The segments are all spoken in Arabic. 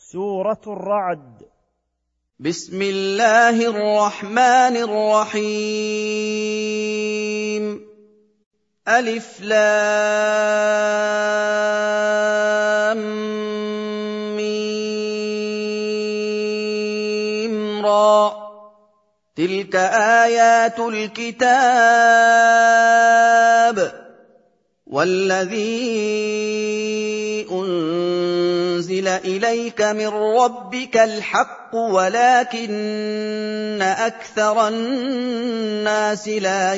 سورة الرعد. بسم الله الرحمن الرحيم. ألف لام ميم را. تلك آيات الكتاب والذي أنزل إليك من ربك الحق ولكن أكثر الناس لا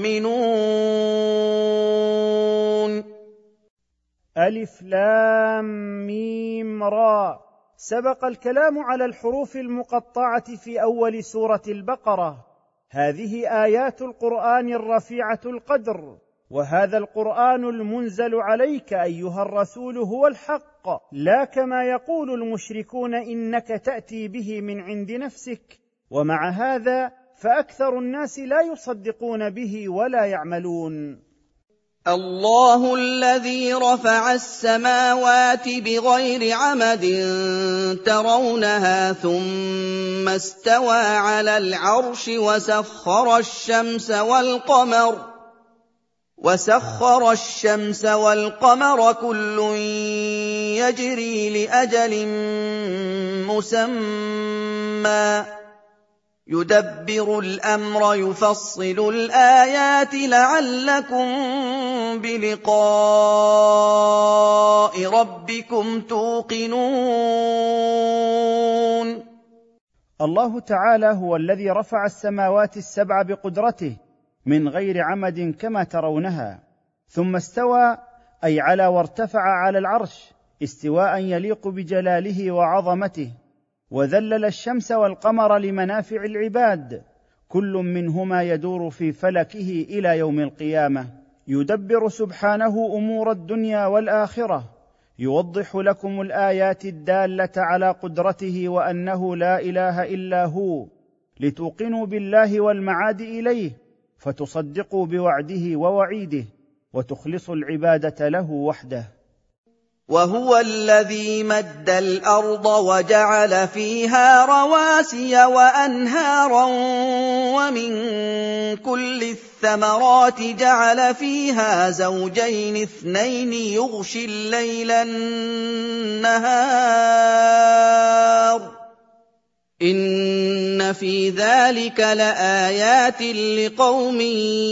يؤمنون. ألف لام ميم را. سبق الكلام على الحروف المقطعة في أول سورة البقرة. هذه آيات القرآن الرفيعة القدر، وهذا القرآن المنزل عليك أيها الرسول هو الحق، لا كما يقول المشركون إنك تأتي به من عند نفسك. ومع هذا فأكثر الناس لا يصدقون به ولا يعملون. الله الذي رفع السماوات بغير عمد ترونها ثم استوى على العرش وسخر الشمس والقمر كل يجري لأجل مسمى يدبر الأمر يفصل الآيات لعلكم بلقاء ربكم توقنون. الله تعالى هو الذي رفع السماوات السبع بقدرته من غير عمد كما ترونها، ثم استوى أي علا وارتفع على العرش استواء يليق بجلاله وعظمته، وذلل الشمس والقمر لمنافع العباد، كل منهما يدور في فلكه إلى يوم القيامة، يدبر سبحانه أمور الدنيا والآخرة، يوضح لكم الآيات الدالة على قدرته وأنه لا إله إلا هو، لتوقنوا بالله والمعاد إليه، فتصدقوا بوعده ووعيده، وتخلصوا العبادة له وحده. وهو الذي مد الأرض وجعل فيها رواسي وأنهارا ومن كل الثمرات جعل فيها زوجين اثنين يغشي الليل النهار إن في ذلك لآيات لقوم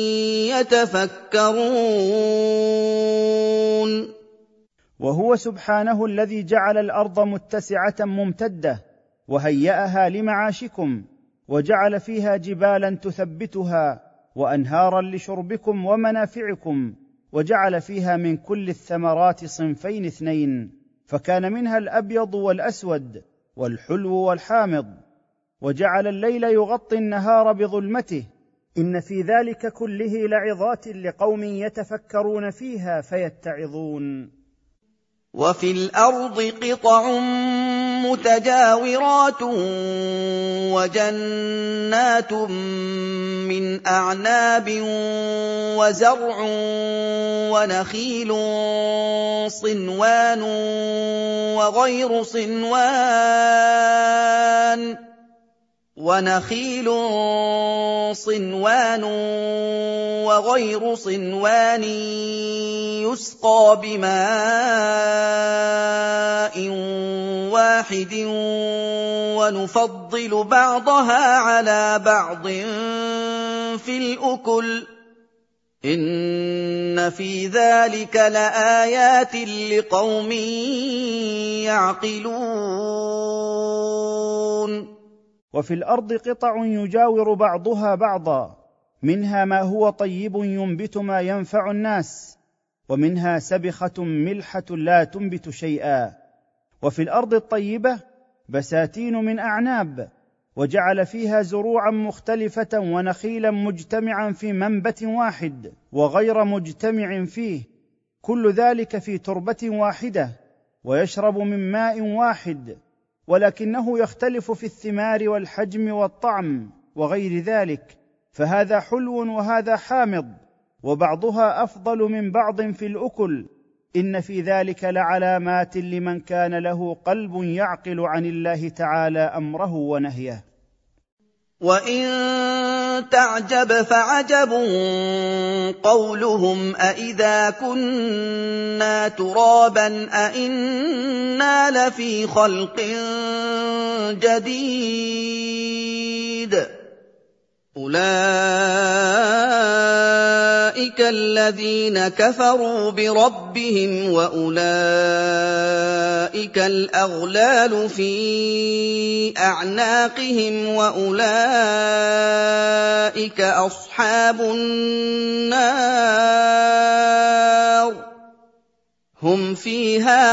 يتفكرون. وهو سبحانه الذي جعل الأرض متسعة ممتدة وهيأها لمعاشكم، وجعل فيها جبالا تثبتها وأنهارا لشربكم ومنافعكم، وجعل فيها من كل الثمرات صنفين اثنين، فكان منها الأبيض والأسود والحلو والحامض، وجعل الليل يغطي النهار بظلمته، إن في ذلك كله لعظات لقوم يتفكرون فيها فيتعظون. وفي الأرض قطع متجاورات وجنات من أعناب وزرع ونخيل صنوان وغير صنوان يسقى بماء واحد ونفضل بعضها على بعض في الأكل إن في ذلك لآيات لقوم يعقلون. وفي الأرض قطع يجاور بعضها بعضا، منها ما هو طيب ينبت ما ينفع الناس، ومنها سبخة ملحة لا تنبت شيئا. وفي الأرض الطيبة بساتين من أعناب، وجعل فيها زروعا مختلفة ونخيلا مجتمعا في منبت واحد وغير مجتمع فيه، كل ذلك في تربة واحدة، ويشرب من ماء واحد، ولكنه يختلف في الثمار والحجم والطعم وغير ذلك، فهذا حلو وهذا حامض، وبعضها أفضل من بعض في الأكل، إن في ذلك لعلامات لمن كان له قلب يعقل عن الله تعالى أمره ونهيه. وَإِن تَعْجَبْ فَعَجَبٌ قَوْلُهُمْ أَإِذَا كُنَّا تُرَابًا أَإِنَّا لَفِي خَلْقٍ جَدِيدٍ ۗ أُولَٰئِكَ الَّذِينَ كَفَرُوا بِرَبِّهِمْ وَأُولَٰئِكَ الْأَغْلَالُ فِي أَعْنَاقِهِمْ وَأُولَٰئِكَ أَصْحَابُ النَّارِ ۖ هُمْ فِيهَا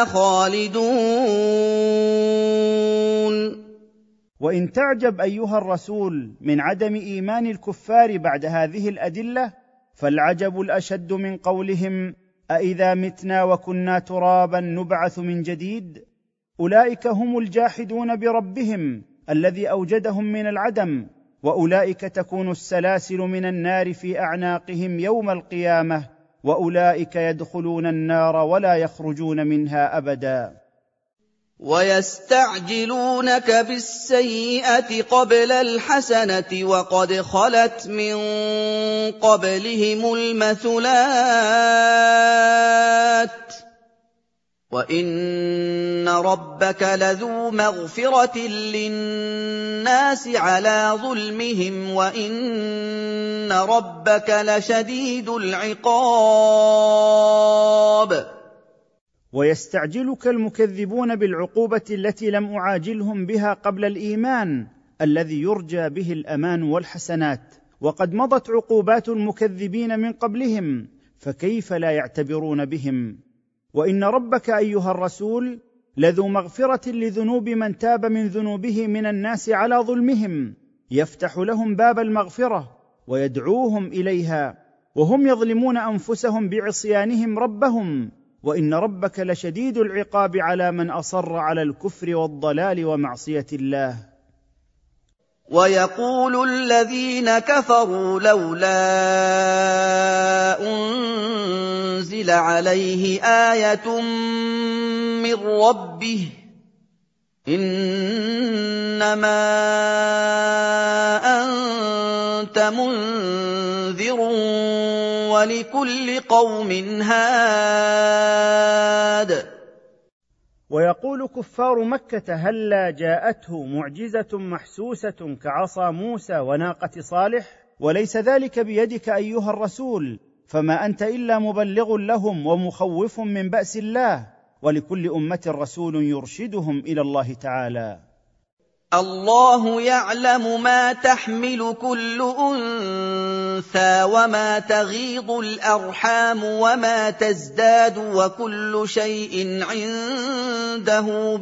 خَالِدُونَ. وإن تعجب أيها الرسول من عدم إيمان الكفار بعد هذه الأدلة، فالعجب الأشد من قولهم أإذا متنا وكنا ترابا نبعث من جديد. أولئك هم الجاحدون بربهم الذي أوجدهم من العدم، وأولئك تكون السلاسل من النار في أعناقهم يوم القيامة، وأولئك يدخلون النار ولا يخرجون منها أبدا. وَيَسْتَعْجِلُونَكَ بِالسَّيِّئَةِ قَبْلَ الْحَسَنَةِ وَقَدْ خَلَتْ مِن قَبْلِهِمُ الْمَثُلَاتُ ۗ وَإِنَّ رَبَّكَ لَذُو مَغْفِرَةٍ لِّلنَّاسِ عَلَىٰ ظُلْمِهِمْ وَإِنَّ رَبَّكَ لَشَدِيدُ الْعِقَابِ. ويستعجلك المكذبون بالعقوبة التي لم أعاجلهم بها قبل الإيمان الذي يرجى به الأمان والحسنات، وقد مضت عقوبات المكذبين من قبلهم، فكيف لا يعتبرون بهم؟ وإن ربك أيها الرسول لذو مغفرة لذنوب من تاب من ذنوبه من الناس على ظلمهم، يفتح لهم باب المغفرة ويدعوهم إليها، وهم يظلمون أنفسهم بعصيانهم ربهم. وإن ربك لشديد العقاب على من أصر على الكفر والضلال ومعصية الله. وَيَقُولُ الَّذِينَ كَفَرُوا لَوْلَا أُنزِلَ عَلَيْهِ آيَةٌ مِّن رَّبِّهِ ۗ إِنَّمَا أَنتَ مُنذِرٌ وَلِكُلِّ قَوْمٍ هَادٍ. ويقول كفار مكة هلّا جاءته معجزة محسوسة كعصا موسى وناقة صالح؟ وليس ذلك بيدك أيها الرسول، فما أنت إلا مبلغ لهم ومخوف من بأس الله، ولكل أمة رسول يرشدهم إلى الله تعالى. الله يعلم ما تحمل كل أنثى وما تغيض الأرحام وما تزداد، وكل شيء عنده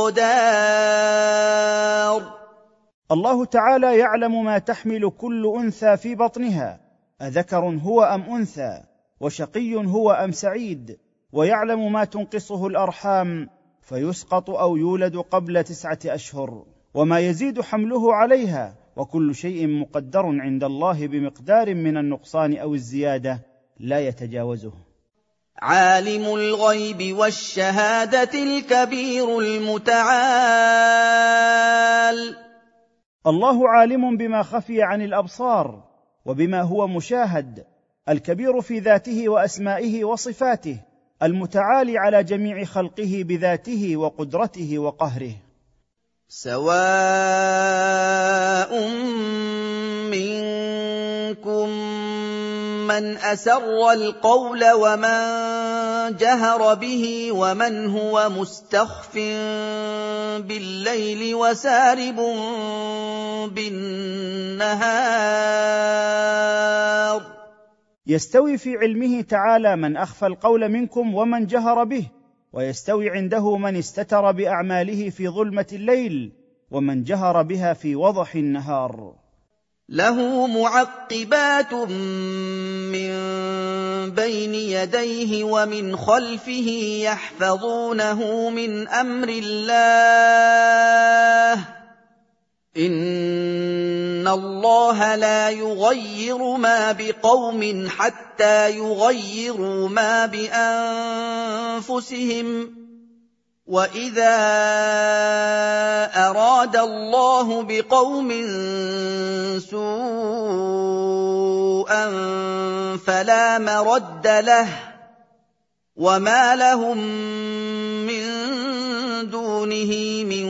بمقدار. الله تعالى يعلم ما تحمل كل أنثى في بطنها، أذكر هو أم أنثى، وشقي هو أم سعيد، ويعلم ما تنقصه الأرحام فيسقط أو يولد قبل 9 أشهر، وما يزيد حمله عليها، وكل شيء مقدر عند الله بمقدار من النقصان أو الزيادة لا يتجاوزه. عالم الغيب والشهادة الكبير المتعال. الله عالم بما خفي عن الأبصار وبما هو مشاهد، الكبير في ذاته وأسمائه وصفاته، المتعالي على جميع خلقه بذاته وقدرته وقهره. سواء منكم من أسر القول ومن جهر به ومن هو مستخف بالليل وسارب بالنهار. يستوي في علمه تعالى من أخفى القول منكم ومن جهر به، ويستوي عنده من استتر بأعماله في ظلمة الليل ومن جهر بها في وضح النهار. له معقبات من بين يديه ومن خلفه يحفظونه من أمر الله، إن إِنَّ اللَّهَ لَا يُغَيِّرُ مَا بِقَوْمٍ حَتَّىٰ يُغَيِّرُوا مَا بِأَنفُسِهِمْ ۗ وَإِذَا أَرَادَ اللَّهُ بِقَوْمٍ سُوءًا فَلَا مَرَدَّ لَهُ ۚ وَمَا لَهُم مِّن دُونِهِ مِن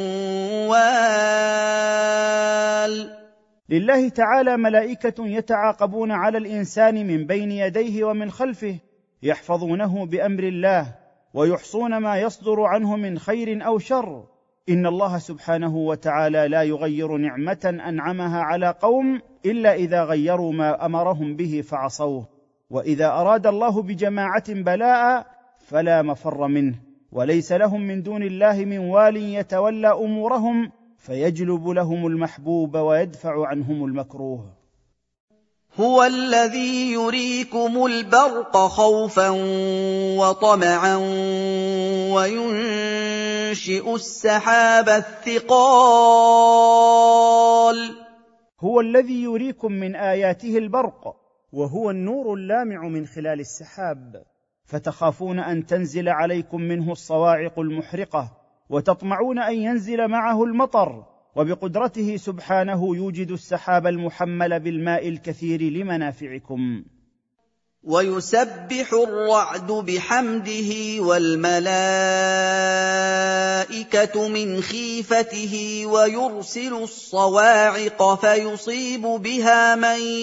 وَالٍ. لله تعالى ملائكة يتعاقبون على الإنسان من بين يديه ومن خلفه، يحفظونه بأمر الله ويحصون ما يصدر عنه من خير أو شر. إن الله سبحانه وتعالى لا يغير نعمة أنعمها على قوم إلا إذا غيروا ما أمرهم به فعصوه، وإذا أراد الله بجماعة بلاء فلا مفر منه، وليس لهم من دون الله من وال يتولى أمورهم فيجلب لهم المحبوب ويدفع عنهم المكروه. هُوَ الَّذِي يُرِيكُمُ الْبَرْقَ خَوْفًا وَطَمَعًا وَيُنشِئُ السَّحَابَ الثِّقَالَ. هو الذي يريكم من آياته البرق، وهو النور اللامع من خلال السحاب، فتخافون أن تنزل عليكم منه الصواعق المحرقة، وتطمعون أن ينزل معه المطر، وبقدرته سبحانه يوجد السحاب المحمل بالماء الكثير لمنافعكم. وَيُسَبِّحُ الرَّعْدُ بِحَمْدِهِ وَالْمَلَائِكَةُ مِنْ خِيفَتِهِ وَيُرْسِلُ الصَّوَاعِقَ فَيُصِيبُ بِهَا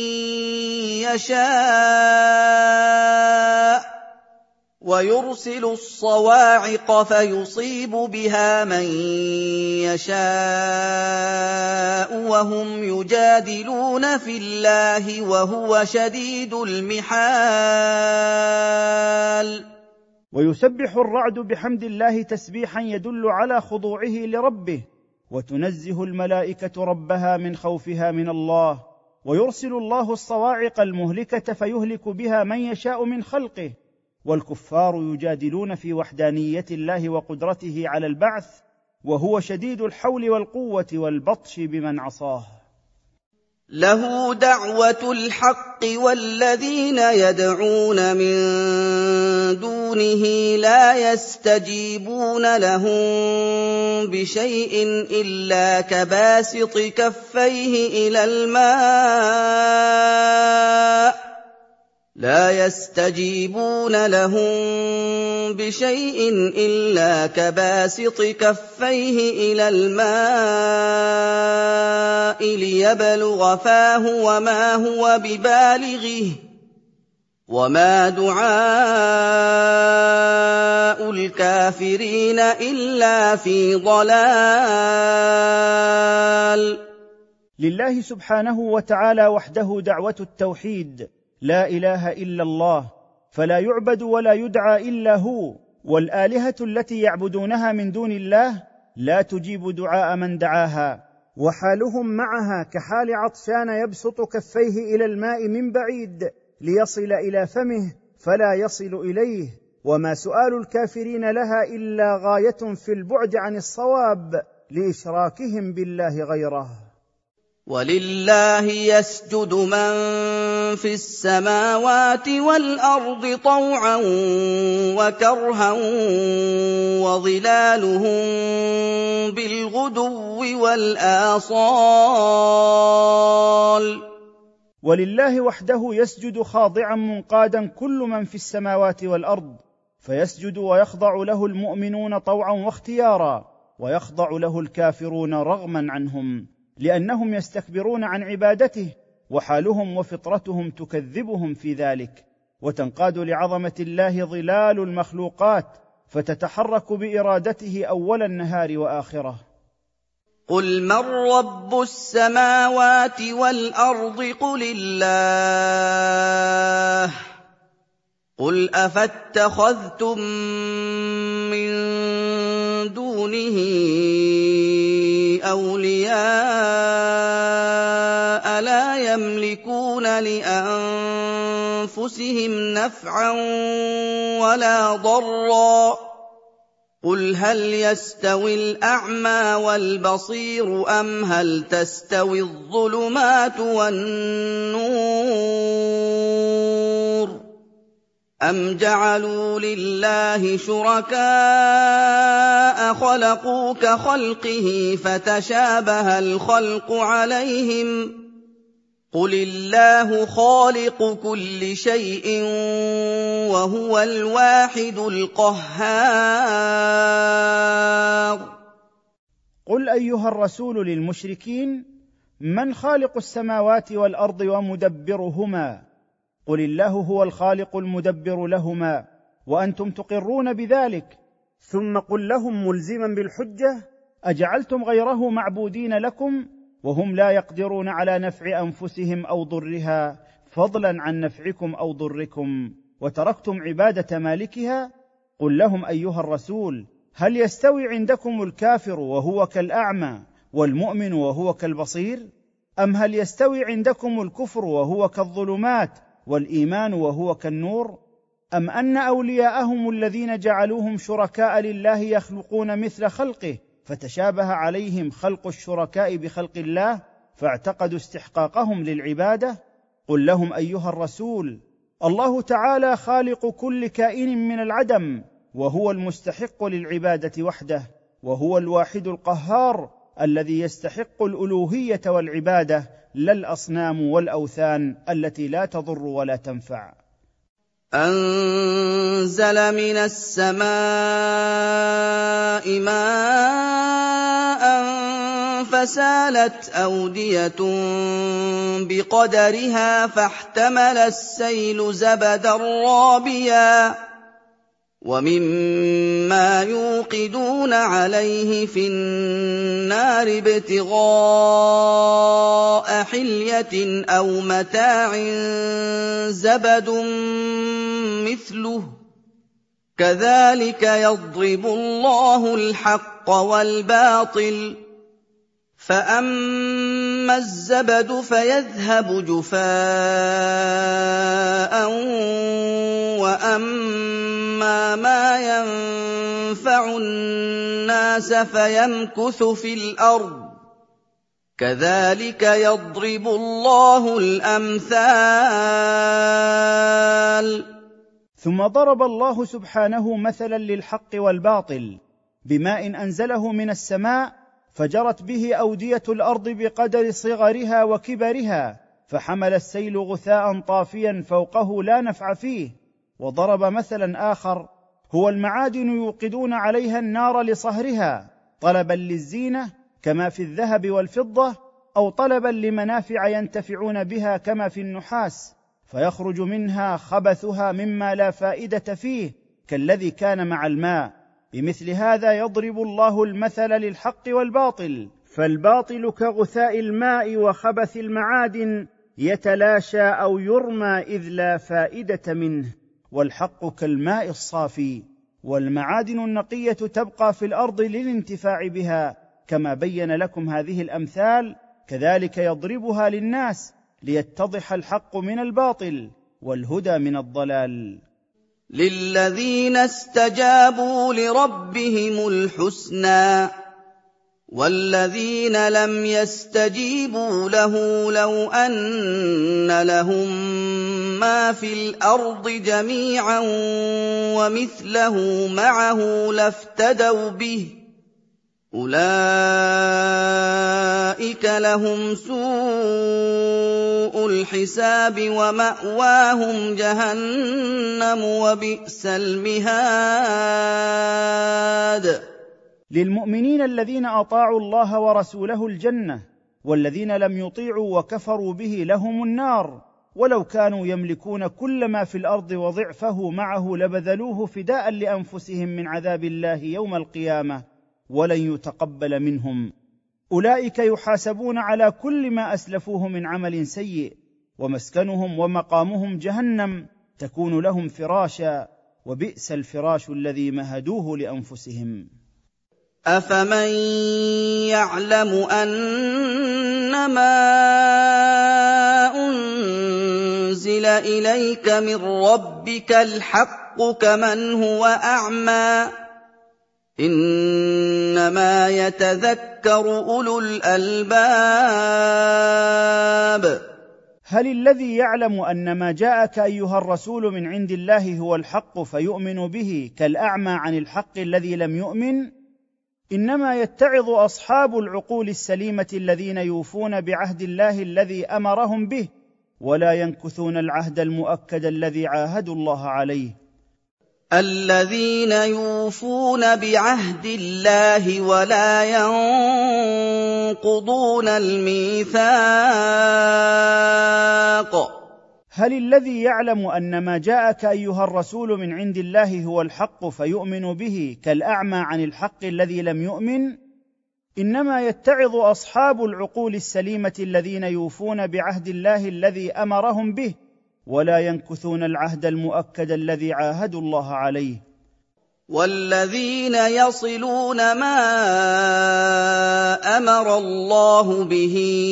مَن يَشَاءُ وَهُمْ يُجَادِلُونَ فِي اللَّهِ وَهُوَ شَدِيدُ الْمِحَالِ. ويسبح الرعد بحمد الله تسبيحا يدل على خضوعه لربه، وتنزه الملائكة ربها من خوفها من الله، ويرسل الله الصواعق المهلكة فيهلك بها من يشاء من خلقه. والكفار يجادلون في وحدانية الله وقدرته على البعث، وهو شديد الحول والقوة والبطش بمن عصاه. له دعوة الحق والذين يدعون من دونه لا يستجيبون لهم بشيء إلا كباسط كفيه إلى الماء ليبلغ فاه وما هو ببالغه، وما دعاء الكافرين إلا في ضلال. لله سبحانه وتعالى وحده دعوة التوحيد، لا إله إلا الله، فلا يعبد ولا يدعى إلا هو، والآلهة التي يعبدونها من دون الله لا تجيب دعاء من دعاها، وحالهم معها كحال عطشان يبسط كفيه إلى الماء من بعيد ليصل إلى فمه فلا يصل إليه، وما سؤال الكافرين لها إلا غاية في البعد عن الصواب لإشراكهم بالله غيره. ولله يسجد من في السماوات والأرض طوعا وكرها وظلالهم بالغدو والآصال. ولله وحده يسجد خاضعا منقادا كل من في السماوات والأرض، فيسجد ويخضع له المؤمنون طوعا واختيارا، ويخضع له الكافرون رغما عنهم، لأنهم يستكبرون عن عبادته، وحالهم وفطرتهم تكذبهم في ذلك، وتنقاد لعظمة الله ظلال المخلوقات، فتتحرك بإرادته أول النهار وآخره. قل من رب السماوات والأرض قل الله. قل أفاتخذتم من دونه أولياء لا يملكون لأنفسهم نفعا ولا ضرا قُلْ هَلْ يَسْتَوِي الْأَعْمَىٰ وَالْبَصِيرُ أَمْ هَلْ تَسْتَوِي الظُّلُمَاتُ وَالنُّورُ أَمْ جَعَلُوا لِلَّهِ شُرَكَاءَ خَلَقُوا كَخَلْقِهِ فَتَشَابَهَ الْخَلْقُ عَلَيْهِمْ ۚ قُلِ اللَّهُ خَالِقُ كُلِّ شَيْءٍ وَهُوَ الْوَاحِدُ الْقَهَّارُ. قل أيها الرسول للمشركين: من خالق السماوات والأرض ومدبرهما؟ قل الله هو الخالق المدبر لهما وأنتم تقرون بذلك. ثم قل لهم ملزما بالحجة: أجعلتم غيره معبودين لكم وهم لا يقدرون على نفع أنفسهم أو ضرها فضلا عن نفعكم أو ضركم، وتركتم عبادة مالكها؟ قل لهم أيها الرسول: هل يستوي عندكم الكافر وهو كالأعمى والمؤمن وهو كالبصير؟ أم هل يستوي عندكم الكفر وهو كالظلمات والإيمان وهو كالنور؟ أم أن أولياءهم الذين جعلوهم شركاء لله يخلقون مثل خلقه فتشابه عليهم خلق الشركاء بخلق الله فاعتقدوا استحقاقهم للعبادة؟ قل لهم أيها الرسول: الله تعالى خالق كل كائن من العدم، وهو المستحق للعبادة وحده، وهو الواحد القهار الذي يستحق الألوهية والعبادة، لا الأصنام والأوثان التي لا تضر ولا تنفع. أَنزَلَ مِنَ السَّمَاءِ مَاءً فَسَالَتْ أَوْدِيَةٌ بِقَدَرِهَا فَاحْتَمَلَ السَّيْلُ زَبَدًا رَّابِيًا وَمِمَّا يُوقِدُونَ عَلَيْهِ فِي النَّارِ ابْتِغَاءَ حِلْيَةٍ أَوْ مَتَاعٍ زَبَدٌ مِّثْلُهُ ۚ كَذَٰلِكَ يَضْرِبُ اللَّهُ الْحَقَّ وَالْبَاطِلَ ۚ فَأَمَّا الزَّبَدُ فَيَذْهَبُ جُفَاءً وَأَمَّا مَا يَنفَعُ النَّاسَ فَيَمْكُثُ فِي الْأَرْضِ ۚ كَذَٰلِكَ يَضْرِبُ اللَّهُ الْأَمْثَالَ. ثم ضرب الله سبحانه مثلا للحق والباطل بماء أنزله من السماء فجرت به أودية الأرض بقدر صغرها وكبرها، فحمل السيل غثاء طافيا فوقه لا نفع فيه. وضرب مثلا آخر هو المعادن يوقدون عليها النار لصهرها طلبا للزينة كما في الذهب والفضة، أو طلبا لمنافع ينتفعون بها كما في النحاس، فيخرج منها خبثها مما لا فائدة فيه كالذي كان مع الماء. بمثل هذا يضرب الله المثل للحق والباطل، فالباطل كغثاء الماء وخبث المعادن يتلاشى أو يرمى إذ لا فائدة منه، والحق كالماء الصافي، والمعادن النقية تبقى في الأرض للانتفاع بها. كما بين لكم هذه الأمثال كذلك يضربها للناس ليتضح الحق من الباطل والهدى من الضلال. لِلَّذِينَ اسْتَجَابُوا لِرَبِّهِمُ الْحُسْنَىٰ ۚ وَالَّذِينَ لَمْ يَسْتَجِيبُوا لَهُ لَوْ أَنَّ لَهُم مَّا فِي الْأَرْضِ جَمِيعًا وَمِثْلَهُ مَعَهُ لَافْتَدَوْا بِهِ ۚ أُولَٰئِكَ لَهُمْ سُوءُ الْحِسَابِ وَمَأْوَاهُمْ جَهَنَّمُ وَبِئْسَ الْمِهَادُ. للمؤمنين الذين أطاعوا الله ورسوله الجنة، والذين لم يطيعوا وكفروا به لهم النار، ولو كانوا يملكون كل ما في الأرض وضعفه معه لبذلوه فداء لأنفسهم من عذاب الله يوم القيامة ولن يتقبل منهم. أولئك يحاسبون على كل ما أسلفوه من عمل سيء، ومسكنهم ومقامهم جهنم تكون لهم فراشا، وبئس الفراش الذي مهدوه لأنفسهم. أَفَمَن يَعْلَمُ أَنَّمَا أُنزِلَ إِلَيْكَ مِن رَّبِّكَ الْحَقُّ كَمَنْ هُوَ أَعْمَىٰ ۚ إِنَّمَا يَتَذَكَّرُ أُولُو الْأَلْبَابِ. هل الذي يعلم أن ما جاءك أيها الرسول من عند الله هو الحق فيؤمن به كالأعمى عن الحق الذي لم يؤمن؟ إنما يتعظ أصحاب العقول السليمة الذين يوفون بعهد الله الذي أمرهم به، ولا ينكثون العهد المؤكد الذي عاهدوا الله عليه. الذين يوفون بعهد الله ولا ينقضون الميثاق. هل الذي يعلم أن ما جاءك أيها الرسول من عند الله هو الحق فيؤمن به كالأعمى عن الحق الذي لم يؤمن؟ إنما يتعظ أصحاب العقول السليمة الذين يوفون بعهد الله الذي أمرهم به، ولا ينكثون العهد المؤكد الذي عاهدوا الله عليه. والذين يصلون ما أمر الله به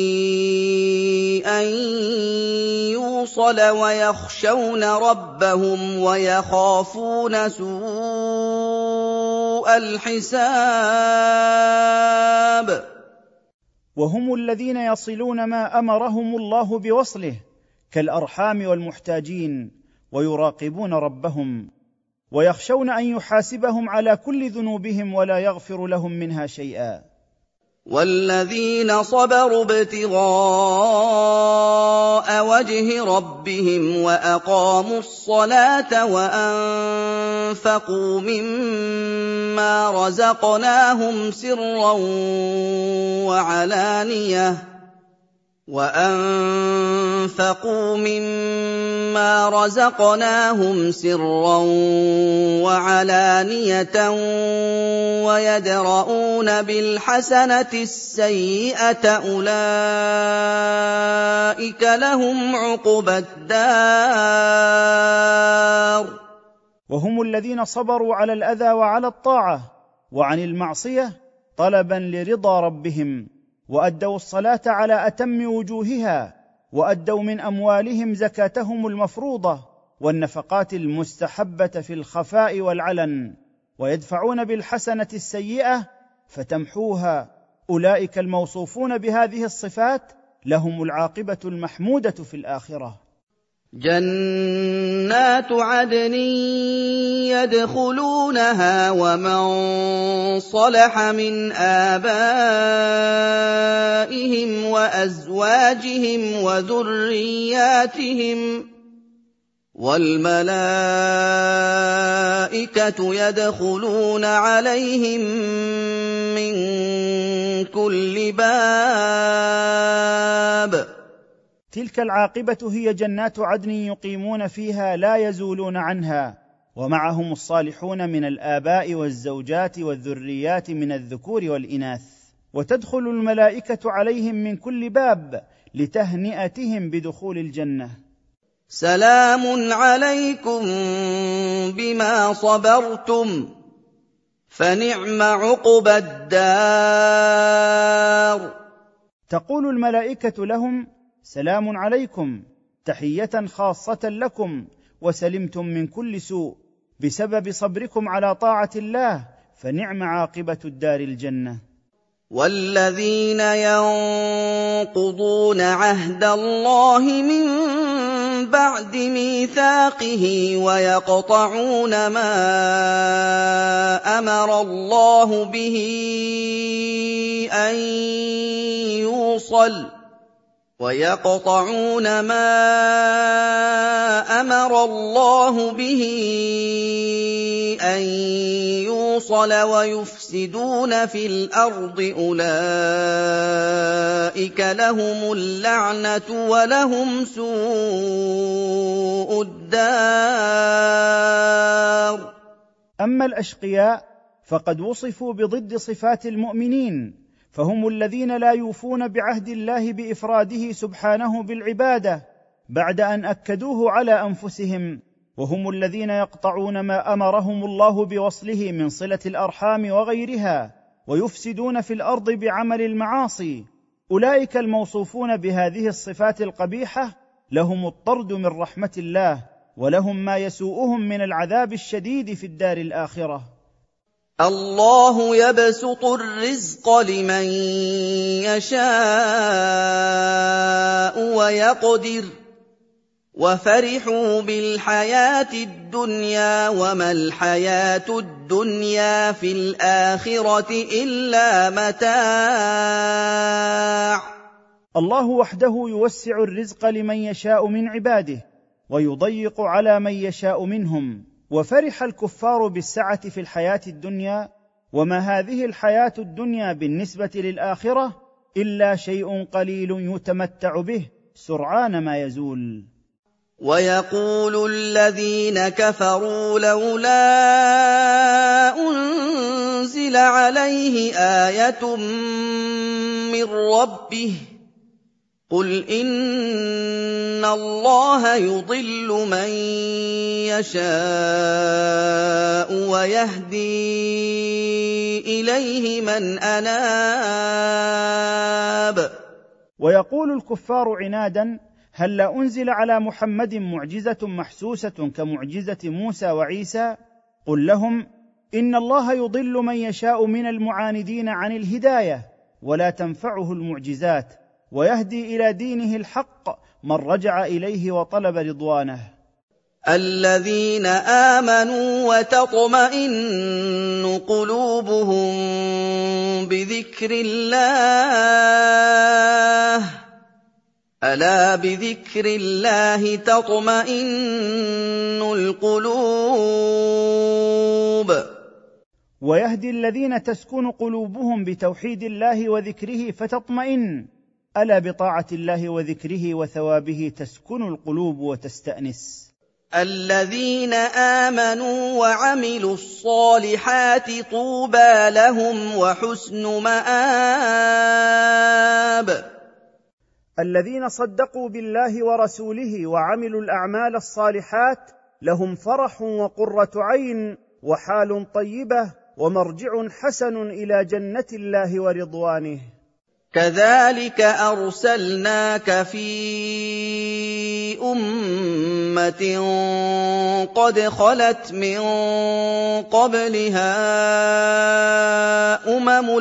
أن يوصل ويخشون ربهم ويخافون سوء الحساب. وهم الذين يصلون ما أمرهم الله بوصله كالأرحام والمحتاجين، ويراقبون ربهم ويخشون أن يحاسبهم على كل ذنوبهم ولا يغفر لهم منها شيئا. والذين صبروا ابتغاء وجه ربهم وأقاموا الصلاة وأنفقوا مما رزقناهم سرا وعلانية ويدرؤون بالحسنة السيئة أولئك لهم عقبى الدار. وهم الذين صبروا على الأذى وعلى الطاعة وعن المعصية طلبا لرضا ربهم، وأدوا الصلاة على أتم وجوهها، وأدوا من أموالهم زكاتهم المفروضة والنفقات المستحبة في الخفاء والعلن، ويدفعون بالحسنة السيئة فتمحوها. أولئك الموصوفون بهذه الصفات لهم العاقبة المحمودة في الآخرة. جنات عدن يدخلونها ومن صلح من آبائهم وأزواجهم وذرياتهم، والملائكة يدخلون عليهم من كل باب. تلك العاقبة هي جنات عدن يقيمون فيها لا يزولون عنها، ومعهم الصالحون من الآباء والزوجات والذريات من الذكور والإناث، وتدخل الملائكة عليهم من كل باب لتهنئتهم بدخول الجنة. سلام عليكم بما صبرتم فنعم عقبى الدار. تقول الملائكة لهم: سلام عليكم، تحية خاصة لكم، وسلمتم من كل سوء بسبب صبركم على طاعة الله، فنعم عاقبة الدار الجنة. والذين ينقضون عهد الله من بعد ميثاقه ويقطعون ما أمر الله به أن يوصل ويفسدون في الأرض أولئك لهم اللعنة ولهم سوء الدار. أما الأشقياء فقد وصفوا بضد صفات المؤمنين، فهم الذين لا يوفون بعهد الله بإفراده سبحانه بالعبادة بعد أن أكدوه على أنفسهم، وهم الذين يقطعون ما أمرهم الله بوصله من صلة الأرحام وغيرها، ويفسدون في الأرض بعمل المعاصي. أولئك الموصوفون بهذه الصفات القبيحة لهم الطرد من رحمة الله، ولهم ما يسوءهم من العذاب الشديد في الدار الآخرة. الله يبسط الرزق لمن يشاء ويقدر وفرحوا بالحياة الدنيا وما الحياة الدنيا في الآخرة إلا متاع. الله وحده يوسع الرزق لمن يشاء من عباده ويضيق على من يشاء منهم. وفرح الكفار بالسعة في الحياة الدنيا، وما هذه الحياة الدنيا بالنسبة للآخرة إلا شيء قليل يتمتع به سرعان ما يزول. ويقول الذين كفروا لولا أنزل عليه آية من ربه قل إن الله يضل من يشاء ويهدي إليه من أناب. ويقول الكفار عنادا هل لا أنزل على محمد معجزة محسوسة كمعجزة موسى وعيسى؟ قل لهم إن الله يضل من يشاء من المعاندين عن الهداية ولا تنفعه المعجزات، ويهدي إلى دينه الحق من رجع إليه وطلب رضوانه. الذين آمنوا وتطمئن قلوبهم بذكر الله ألا بذكر الله تطمئن القلوب. ويهدي الذين تسكن قلوبهم بتوحيد الله وذكره فتطمئن، ألا بطاعة الله وذكره وثوابه تسكن القلوب وتستأنس. الذين آمنوا وعملوا الصالحات طوبى لهم وحسن مآب. الذين صدقوا بالله ورسوله وعملوا الأعمال الصالحات لهم فرح وقرة عين وحال طيبة ومرجع حسن إلى جنة الله ورضوانه. كذلك أرسلناك في أمة قد خلت من قبلها أمم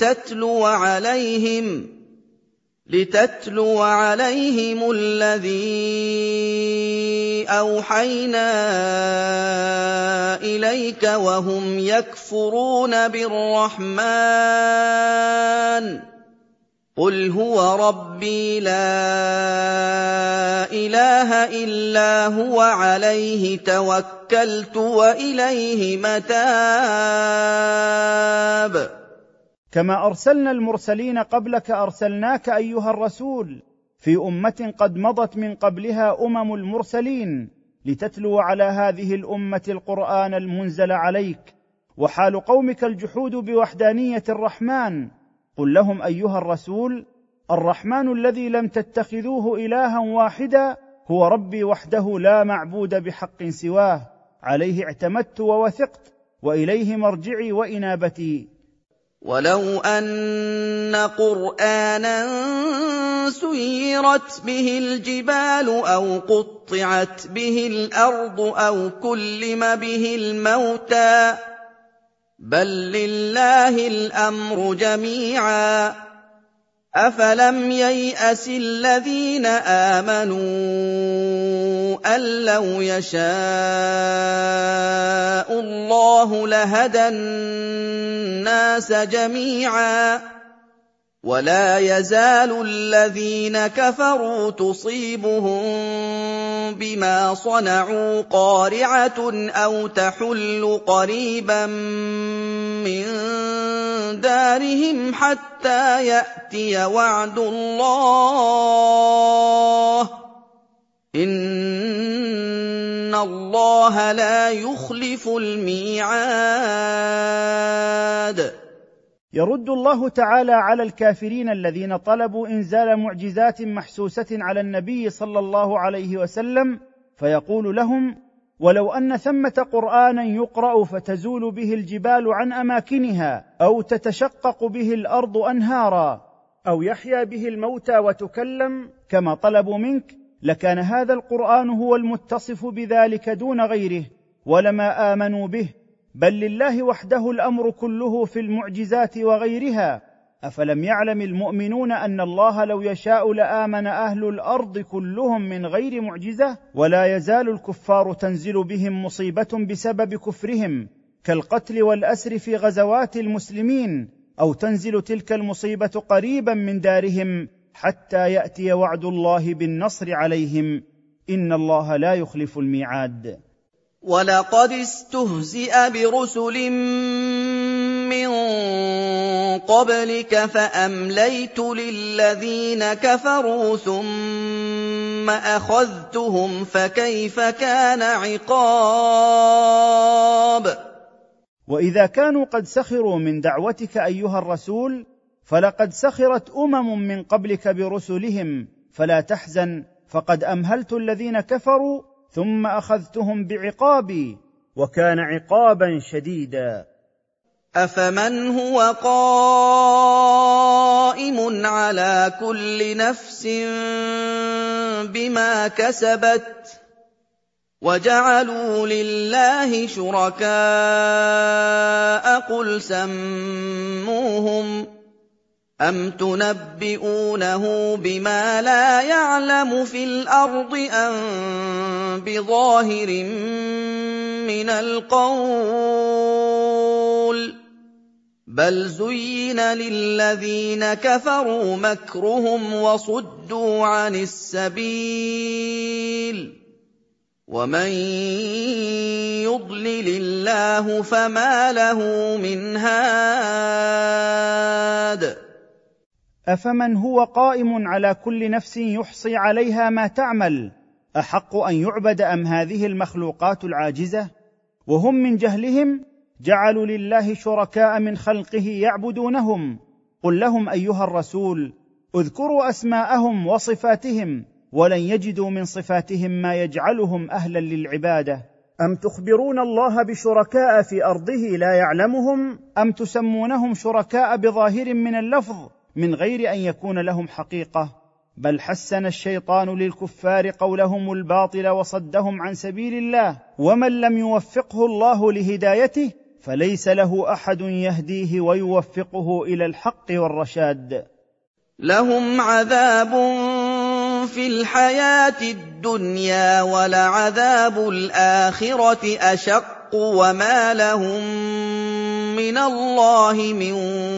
لتتلو عليهم الذي أوحينا إليك وهم يكفرون بالرحمن قل هو ربي لا إله إلا هو عليه توكلت وإليه متاب. كما أرسلنا المرسلين قبلك أرسلناك أيها الرسول في أمة قد مضت من قبلها أمم المرسلين لتتلو على هذه الأمة القرآن المنزل عليك، وحال قومك الجحود بوحدانية الرحمن. قل لهم أيها الرسول الرحمن الذي لم تتخذوه إلها واحدا هو ربي وحده لا معبود بحق سواه، عليه اعتمدت ووثقت وإليه مرجعي وإنابتي. ولو أن قرآنا سيرت به الجبال أو قطعت به الأرض أو كلم به الموتى بل لله الأمر جميعا أفلم ييأس الذين آمنوا أن لو يشاء الله لهدى الناس جميعا ولا يزال الذين كفروا تصيبهم بما صنعوا قارعة أو تحل قريبا من دارهم حتى يأتي وعد الله إن الله لا يخلف الميعاد. يرد الله تعالى على الكافرين الذين طلبوا إنزال معجزات محسوسة على النبي صلى الله عليه وسلم فيقول لهم ولو أن ثمة قرآنا يقرأ فتزول به الجبال عن أماكنها أو تتشقق به الأرض أنهارا أو يحيا به الموتى وتكلم كما طلبوا منك لكان هذا القرآن هو المتصف بذلك دون غيره ولما آمنوا به، بل لله وحده الامر كله في المعجزات وغيرها. افلم يعلم المؤمنون ان الله لو يشاء لامن اهل الارض كلهم من غير معجزه؟ ولا يزال الكفار تنزل بهم مصيبه بسبب كفرهم كالقتل والاسر في غزوات المسلمين، او تنزل تلك المصيبه قريبا من دارهم حتى ياتي وعد الله بالنصر عليهم، ان الله لا يخلف الميعاد. ولقد استهزئ برسل من قبلك فأمليت للذين كفروا ثم أخذتهم فكيف كان عقاب. وإذا كانوا قد سخروا من دعوتك أيها الرسول فلقد سخرت من قبلك برسلهم، فلا تحزن، فقد أمهلت الذين كفروا ثم أخذتهم بعقابي، وكان عقابا شديدا. أفمن هو قائم على كل نفس بما كسبت وجعلوا لله شركاء قل سموهم أم تنبئونه بما لا يعلم في الأرض أم بظاهر من القول بل زين للذين كفروا مكرهم وصدوا عن السبيل ومن يضلل الله فما له من هاد. أفمن هو قائم على كل نفس يحصي عليها ما تعمل أحق أن يعبد أم هذه المخلوقات العاجزة؟ وهم من جهلهم جعلوا لله شركاء من خلقه يعبدونهم. قل لهم أيها الرسول اذكروا أسماءهم وصفاتهم ولن يجدوا من صفاتهم ما يجعلهم أهلا للعبادة. أم تخبرون الله بشركاء في أرضه لا يعلمهم أم تسمونهم شركاء بظاهر من اللفظ من غير أن يكون لهم حقيقة؟ بل حسن الشيطان للكفار قولهم الباطل وصدهم عن سبيل الله، ومن لم يوفقه الله لهدايته فليس له أحد يهديه ويوفقه إلى الحق والرشاد. لهم عذاب في الحياة الدنيا ولعذاب الآخرة أشق وما لهم من الله من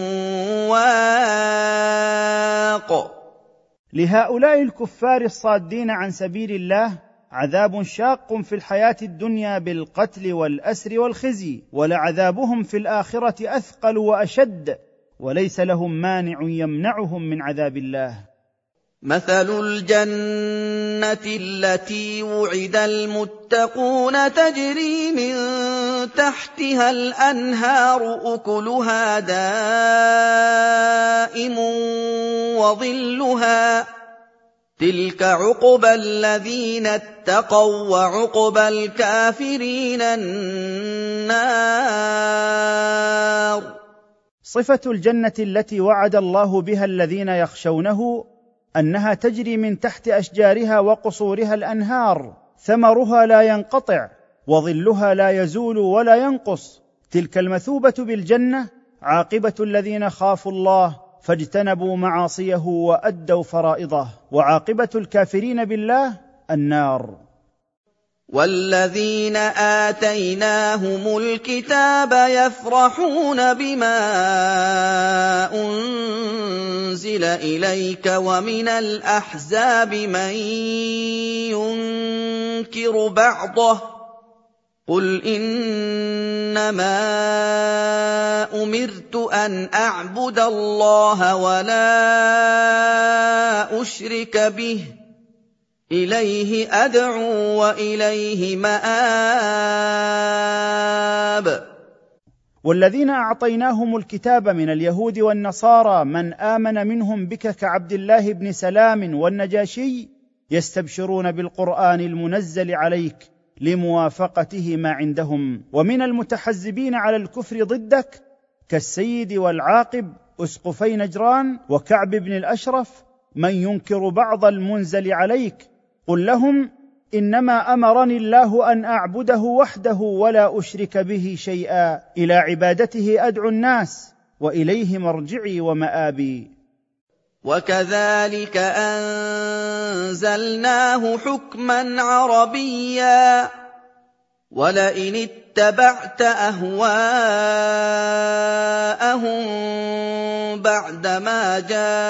واق. لهؤلاء الكفار الصادين عن سبيل الله عذاب شاق في الحياة الدنيا بالقتل والأسر والخزي، ولعذابهم في الآخرة أثقل وأشد، وليس لهم مانع يمنعهم من عذاب الله. مثل الجنة التي وعد المتقون تجري من تحتها الأنهار أكلها دائم وظلها تلك عقبى الذين اتقوا وعقبى الكافرين النار. صفة الجنة التي وعد الله بها الذين يخشونه أنها تجري من تحت أشجارها وقصورها الأنهار، ثمرها لا ينقطع وظلها لا يزول ولا ينقص. تلك المثوبة بالجنة عاقبة الذين خافوا الله فاجتنبوا معاصيه وأدوا فرائضه، وعاقبة الكافرين بالله النار. والذين آتيناهم الكتاب يفرحون بما أنزل إليك ومن الأحزاب من ينكر بعضه قل إنما أمرت أن أعبد الله ولا أشرك به إليه أدعو وإليه مآب. والذين أعطيناهم الكتاب من اليهود والنصارى من آمن منهم بك كعبد الله بن سلام والنجاشي يستبشرون بالقرآن المنزل عليك لموافقته ما عندهم، ومن المتحزبين على الكفر ضدك كالسيد والعاقب أسقفي نجران وكعب بن الأشرف من ينكر بعض المنزل عليك. قل لهم انما امرني الله ان اعبده وحده ولا اشرك به شيئا، الى عبادته ادعو الناس واليه مرجعي ومآبي. وكذلك أنزلناه حكما عربيا ولئن اتبعت أهواءهم بعدما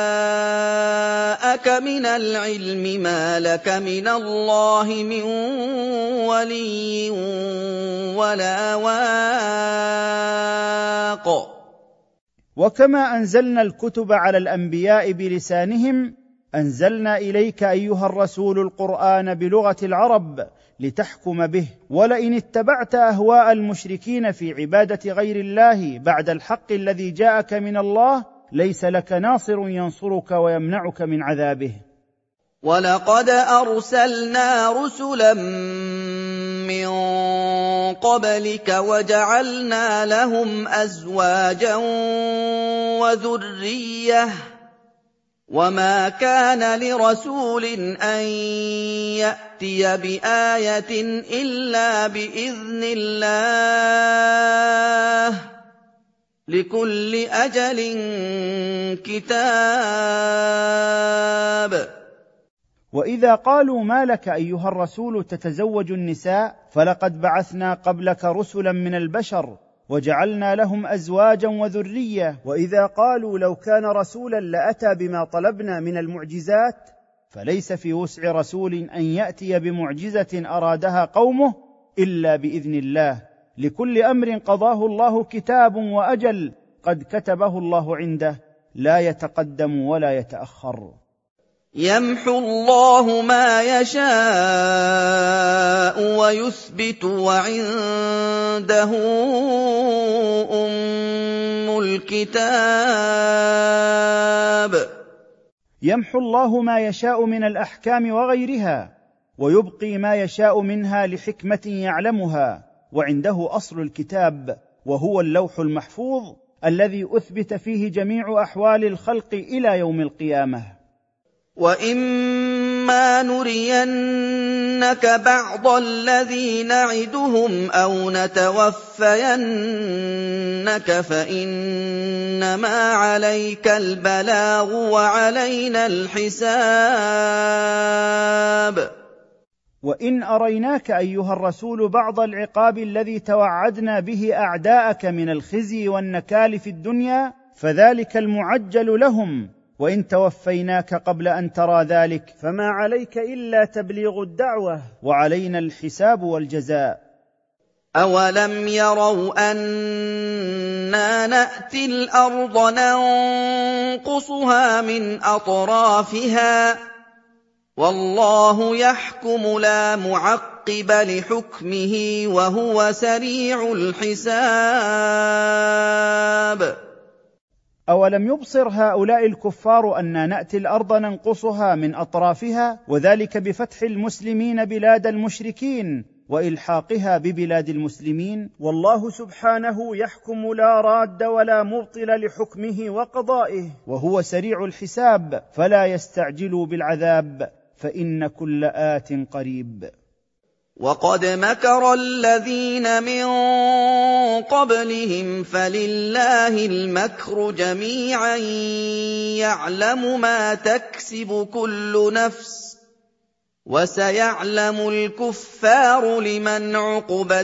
جاءك من العلم ما لك من الله من ولي ولا واق. وكما انزلنا الكتب على الانبياء بلسانهم، انزلنا اليك ايها الرسول القرآن بلغة العرب لتحكم به. ولئن اتبعت اهواء المشركين في عبادة غير الله بعد الحق الذي جاءك من الله، ليس لك ناصر ينصرك ويمنعك من عذابه. ولقد أرسلنا رسلا من قبلك وجعلنا لهم أزواجا وذرية، وما كان لرسول أن يأتي بآية إلا بإذن الله، لكل أجل كتاب. واذا قالوا ما لك ايها الرسول تتزوج النساء، فلقد بعثنا قبلك رسلا من البشر وجعلنا لهم ازواجا وذريه. واذا قالوا لو كان رسولا لاتى بما طلبنا من المعجزات، فليس في وسع رسول ان ياتي بمعجزه ارادها قومه الا باذن الله، لكل امر قضاه الله كتاب واجل قد كتبه الله عنده، لا يتقدم ولا يتاخر. يمحو الله ما يشاء ويثبت وعنده أم الكتاب. يمحو الله ما يشاء من الأحكام وغيرها، ويبقي ما يشاء منها لحكمة يعلمها، وعنده أصل الكتاب وهو اللوح المحفوظ الذي أثبت فيه جميع أحوال الخلق إلى يوم القيامة. وَإِمَّا نُرِيَنَّكَ بَعْضَ الَّذِي نَعِدُهُمْ أَوْ نَتَوَفَّيَنَّكَ فَإِنَّمَا عَلَيْكَ الْبَلَاغُ وَعَلَيْنَا الْحِسَابُ. وإن أريناك أيها الرسول بعض العقاب الذي توعدنا به أعداءك من الخزي والنكال في الدنيا، فذلك المعجل لهم، وإن توفيناك قبل أن ترى ذلك فما عليك إلا تبليغ الدعوة، وعلينا الحساب والجزاء. أَوَلَمْ يَرَوْا أَنَّا نَأْتِي الْأَرْضَ نَنقُصُهَا مِنْ أَطْرَافِهَا ۚ وَاللَّهُ يَحْكُمُ لَا مُعَقِّبَ لِحُكْمِهِ وَهُوَ سَرِيعُ الْحِسَابِ. أولم يبصر هؤلاء الكفار أننا نأتي الأرض ننقصها من أطرافها، وذلك بفتح المسلمين بلاد المشركين وإلحاقها ببلاد المسلمين؟ والله سبحانه يحكم لا راد ولا مبطل لحكمه وقضائه، وهو سريع الحساب، فلا يستعجلوا بالعذاب، فإن كل آت قريب. وَقَدْ مَكَرَ الَّذِينَ مِن قَبْلِهِمْ فَلِلَّهِ الْمَكْرُ جَمِيعًا يَعْلَمُ مَا تَكْسِبُ كُلُّ نَفْسٍ ۗ وَسَيَعْلَمُ الْكُفَّارُ لِمَنْ عُقْبَى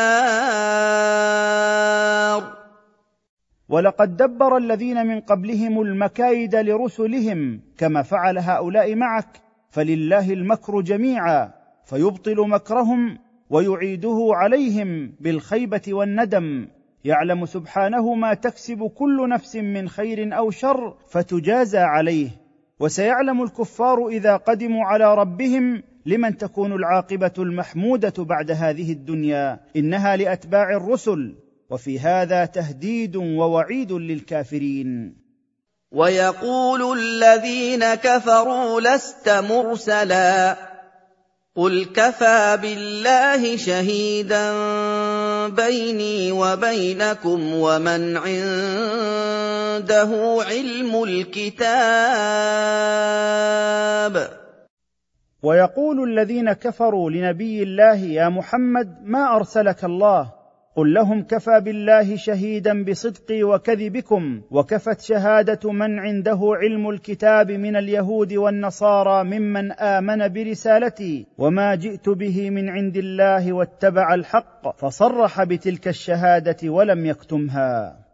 الدَّارِ. ولقد دبر الذين من قبلهم المكايد لرسلهم كما فعل هؤلاء معك، فلله المكر جميعا، فيبطل مكرهم ويعيده عليهم بالخيبة والندم. يعلم سبحانه ما تكسب كل نفس من خير أو شر فتجازى عليه. وسيعلم الكفار إذا قدموا على ربهم لمن تكون العاقبة المحمودة بعد هذه الدنيا، إنها لأتباع الرسل، وفي هذا تهديد ووعيد للكافرين. ويقول الذين كفروا لست مرسلا، قل كفى بالله شهيدا بيني وبينكم ومن عنده علم الكتاب. ويقول الذين كفروا لنبي الله: يا محمد ما ارسلك الله. قل لهم: كفى بالله شهيدا بصدقي وكذبكم، وكفت شهاده من عنده علم الكتاب من اليهود والنصارى ممن امن برسالتي وما جئت به من عند الله واتبع الحق، فصرح بتلك الشهاده ولم يكتمها.